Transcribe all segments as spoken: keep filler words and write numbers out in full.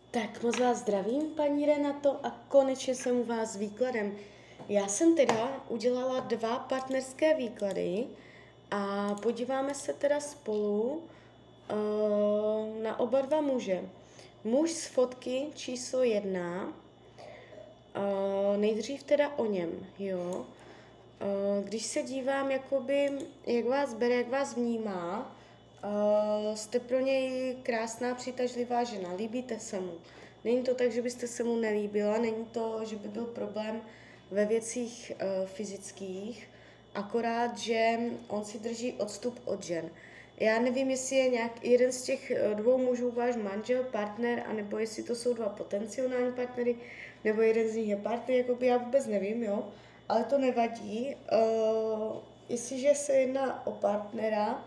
Tak moc vás zdravím, paní Renato, a konečně jsem u vás s výkladem. Já jsem teda udělala dva partnerské výklady a podíváme se teda spolu uh, na oba dva muže. Muž z fotky číslo jedna, uh, nejdřív teda o něm, jo. Uh, když se dívám, jakoby, jak vás bere, jak vás vnímá, Uh, jste pro něj krásná, přitažlivá žena, líbíte se mu. Není to tak, že byste se mu nelíbila, není to, že by byl problém ve věcích uh, fyzických, akorát, že on si drží odstup od žen. Já nevím, jestli je nějak jeden z těch dvou mužů váš manžel, partner, anebo jestli to jsou dva potenciální partnery, nebo jeden z nich je partner, jakoby já vůbec nevím, jo. Ale to nevadí. Uh, jestliže se jedná o partnera,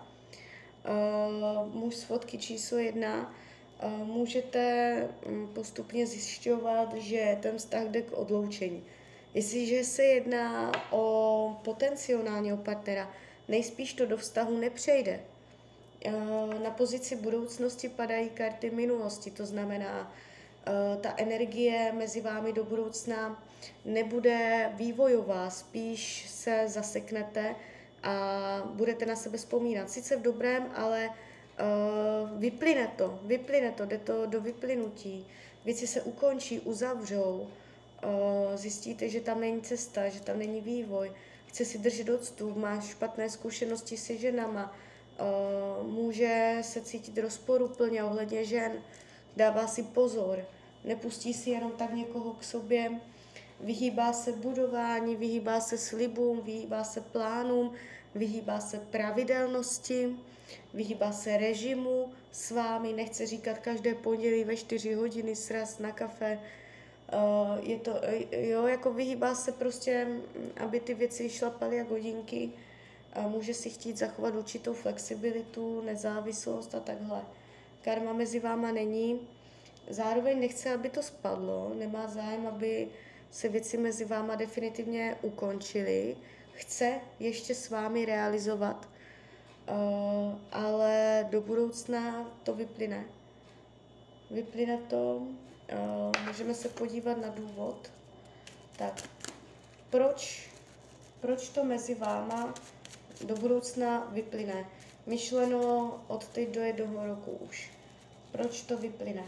Uh, muž z fotky číslo jedna, uh, můžete um, postupně zjišťovat, že ten vztah jde k odloučení. Jestliže se jedná o potenciálního partnera, nejspíš to do vztahu nepřejde. Uh, na pozici budoucnosti padají karty minulosti, to znamená, uh, ta energie mezi vámi do budoucna nebude vývojová, spíš se zaseknete a budete na sebe vzpomínat. Sice v dobrém, ale uh, vyplyne to, vyplyne to, jde to do vyplynutí. Věci se ukončí, uzavřou, uh, zjistíte, že tam není cesta, že tam není vývoj, chce si držet odstup, má špatné zkušenosti se ženama, uh, může se cítit rozporuplně ohledně žen, dává si pozor, nepustí si jenom tak někoho k sobě, vyhýbá se budování, vyhýbá se slibům, vyhýbá se plánům, vyhýbá se pravidelnosti, vyhýbá se režimu s vámi, nechce říkat každé pondělí ve čtyři hodiny sraz na kafe. Uh, je to, jo, jako vyhýbá se prostě, aby ty věci šlapaly jak hodinky. Uh, může si chtít zachovat určitou flexibilitu, nezávislost a takhle. Karma mezi váma není. Zároveň nechce, aby to spadlo, nemá zájem, aby se věci mezi váma definitivně ukončily. Chce ještě s vámi realizovat, uh, ale do budoucna to vyplyne. Vyplyne to, uh, můžeme se podívat na důvod. Tak, proč, proč to mezi váma do budoucna vyplyne? Myšleno od teď do jednoho roku už. Proč to vyplyne?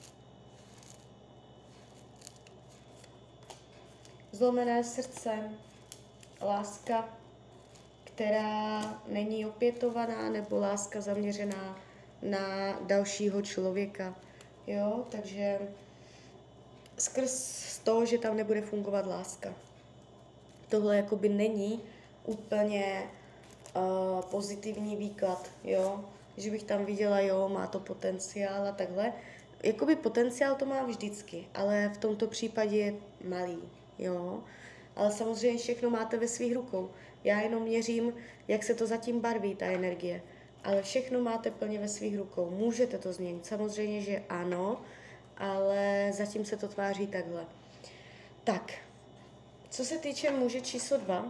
Zlomené srdce, láska, která není opětovaná, nebo láska zaměřená na dalšího člověka. Jo, takže skrz toho, že tam nebude fungovat láska. Tohle jakoby není úplně uh, pozitivní výklad, jo, že bych tam viděla, jo, má to potenciál a takhle. Jakoby potenciál to má vždycky, ale v tomto případě je malý, jo. Ale samozřejmě všechno máte ve svých rukou. Já jenom měřím, jak se to zatím barví, ta energie. Ale všechno máte plně ve svých rukou. Můžete to změnit. Samozřejmě, že ano, ale zatím se to tváří takhle. Tak, co se týče muže číslo dva.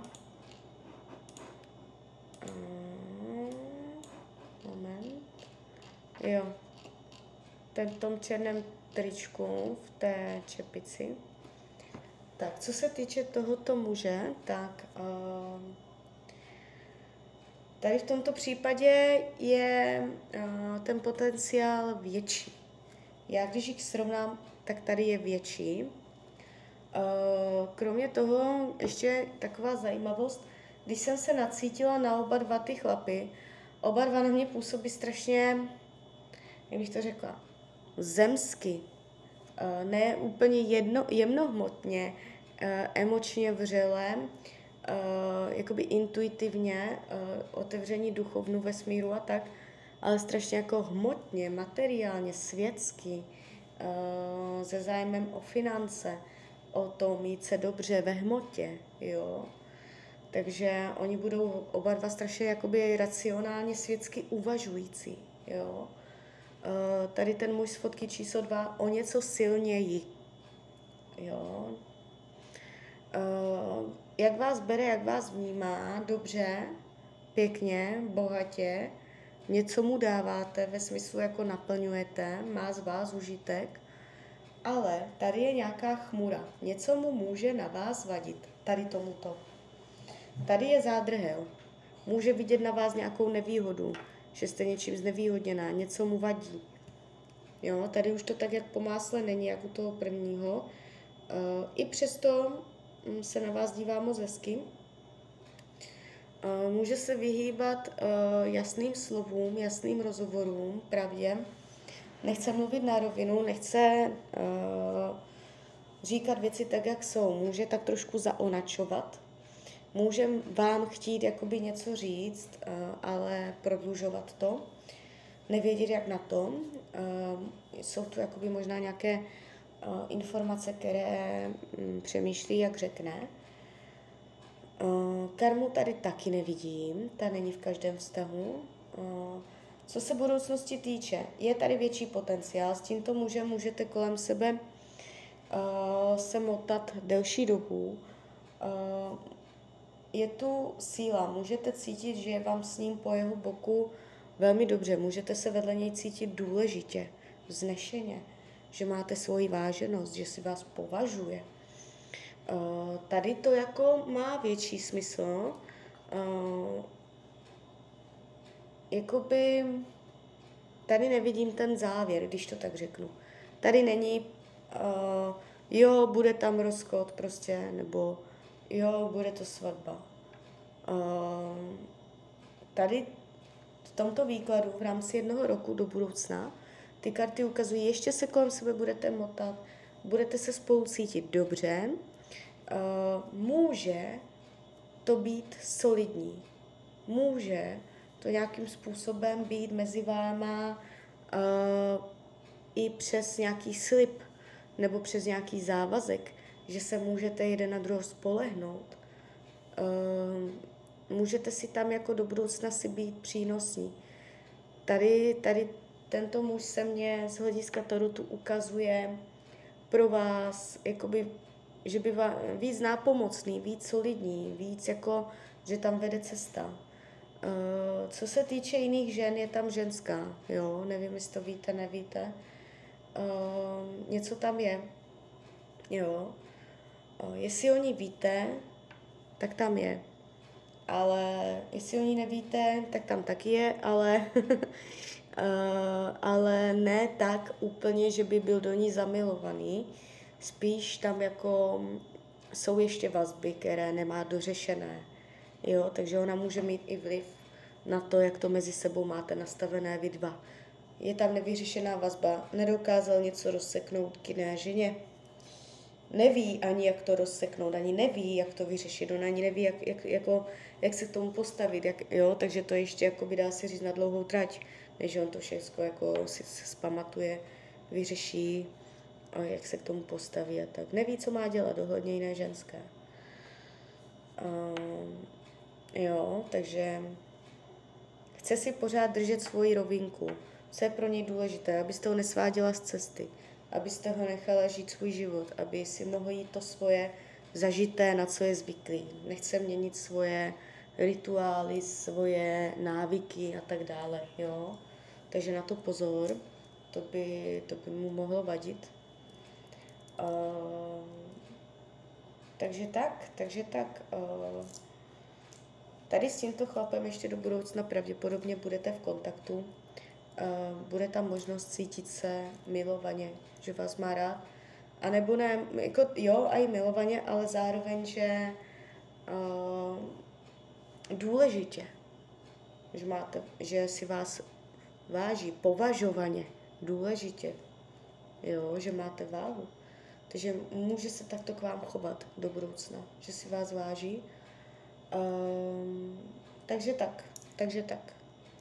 Moment. Jo. Ten v tom černém tričku, v té čepici. Tak, co se týče tohoto muže, tak uh, tady v tomto případě je uh, ten potenciál větší. Já když jich srovnám, tak tady je větší. Uh, kromě toho ještě taková zajímavost, když jsem se nacítila na oba dva ty chlapy, oba dva na mě působí strašně, jak bych to řekla, zemsky. Uh, ne úplně jedno, jemnohmotně, uh, emočně vřele, uh, jakoby intuitivně, uh, otevření duchovnu vesmíru a tak, ale strašně jako hmotně, materiálně, světsky, uh, se zájmem o finance, o to mít se dobře ve hmotě, jo. Takže oni budou oba dva strašně jakoby racionálně světsky uvažující, jo. Uh, tady ten muž z fotky číslo dva o něco silněji. Jo. Uh, jak vás bere, jak vás vnímá, dobře, pěkně, bohatě, něco mu dáváte, ve smyslu jako naplňujete, má z vás užitek, Ale tady je nějaká chmura. Něco mu může na vás vadit. Tady tomuto. Tady je zádrhel. Může vidět na vás nějakou nevýhodu, že jste něčím znevýhodněná, něco mu vadí. Jo, tady už to tak, jak po másle není, jak u toho prvního. Uh, I přesto um, se na vás dívá moc hezky. Uh, může se vyhýbat uh, jasným slovům, jasným rozhovorům, pravdě. Nechce mluvit na rovinu, nechce uh, říkat věci tak, jak jsou. Může tak trošku zaonačovat. Může vám chtít jakoby něco říct, uh, ale prodlužovat to. Nevědět, jak na to. Uh, jsou tu jakoby možná nějaké uh, informace, které um, přemýšlí, jak řekne. Uh, karmu tady taky nevidím, ta není v každém vztahu. Uh, co se budoucnosti týče, je tady větší potenciál, s tímto mužem můžete kolem sebe uh, se motat delší dobu. Uh, je tu síla, můžete cítit, že je vám s ním po jeho boku velmi dobře, můžete se vedle něj cítit důležitě, vznešeně, že máte svoji váženost, že si vás považuje. Uh, tady to jako má větší smysl. Uh, jakoby tady nevidím ten závěr, když to tak řeknu. Tady není, uh, jo, bude tam rozchod prostě, nebo jo, bude to svatba. Uh, tady v tomto výkladu v rámci jednoho roku do budoucna ty karty ukazují, ještě se kolem sebe budete motat, budete se spolu cítit dobře, uh, může to být solidní, může to nějakým způsobem být mezi váma uh, i přes nějaký slib nebo přes nějaký závazek, že se můžete jeden na druhého spolehnout. Uh, můžete si tam jako do budoucna si být přínosní. Tady, tady tento muž se mě z hlediska tarotu ukazuje pro vás, jakoby, že by vám víc nápomocný, víc solidní, víc jako, že tam vede cesta. Uh, co se týče jiných žen, je tam ženská, jo, nevím, jestli to víte, nevíte. Uh, něco tam je, jo. Uh, jestli o ní víte, tak tam je. Ale jestli o ní nevíte, tak tam taky je, ale, uh, ale ne tak úplně, že by byl do ní zamilovaný. Spíš tam jako jsou ještě vazby, které nemá dořešené. Jo, takže ona může mít i vliv na to, jak to mezi sebou máte nastavené vy dva. Je tam nevyřešená vazba, nedokázal něco rozseknout k jiné ženě. Neví ani, jak to rozseknout, ani neví, jak to vyřešit, ona ani neví, jak, jak, jako, jak se k tomu postavit, jak, jo, takže to ještě jako by dá se říct na dlouhou trať, než on to všechno jako si, si zpamatuje, vyřeší, a jak se k tomu postaví a tak. Neví, co má dělat, ohledně jiné ženské. Um, jo, takže chce si pořád držet svoji rovinku. Co je pro něj důležité, abyste ho nesváděla z cesty, abyste ho nechala žít svůj život, aby si mohl jít to svoje zažité, na co je zvyklý. Nechce měnit svoje rituály, svoje návyky a tak dále, jo. Takže na to pozor, to by, to by mu mohlo vadit. Uh, takže tak, takže tak. Uh, tady s tímto chlapem ještě do budoucna pravděpodobně budete v kontaktu. Uh, bude tam možnost cítit se milovaně, že vás má rád. A nebo ne, jako jo, a i milovaně, ale zároveň, že uh, důležitě, že, máte, že si vás váží, považovaně, důležitě, jo, že máte váhu. Takže může se takto k vám chovat do budoucna, že si vás váží. Um, takže tak, takže tak.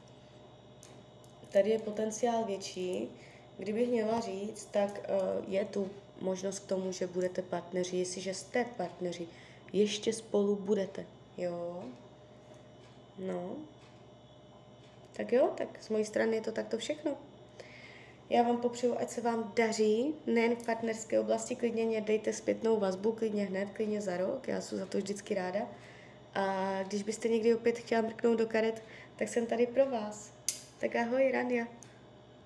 Tady je potenciál větší. Kdybych měla říct, tak uh, je tu možnost k tomu, že budete partneři. Jestliže jste partneři, ještě spolu budete. Jo? No. Tak jo, tak z mojí strany je to takto všechno. Já vám popřeju, ať se vám daří, nejen v partnerské oblasti, klidně mě dejte zpětnou vazbu, klidně hned, klidně za rok, já jsem za to vždycky ráda. A když byste někdy opět chtěla mrknout do karet, tak jsem tady pro vás. Tak ahoj, Rania.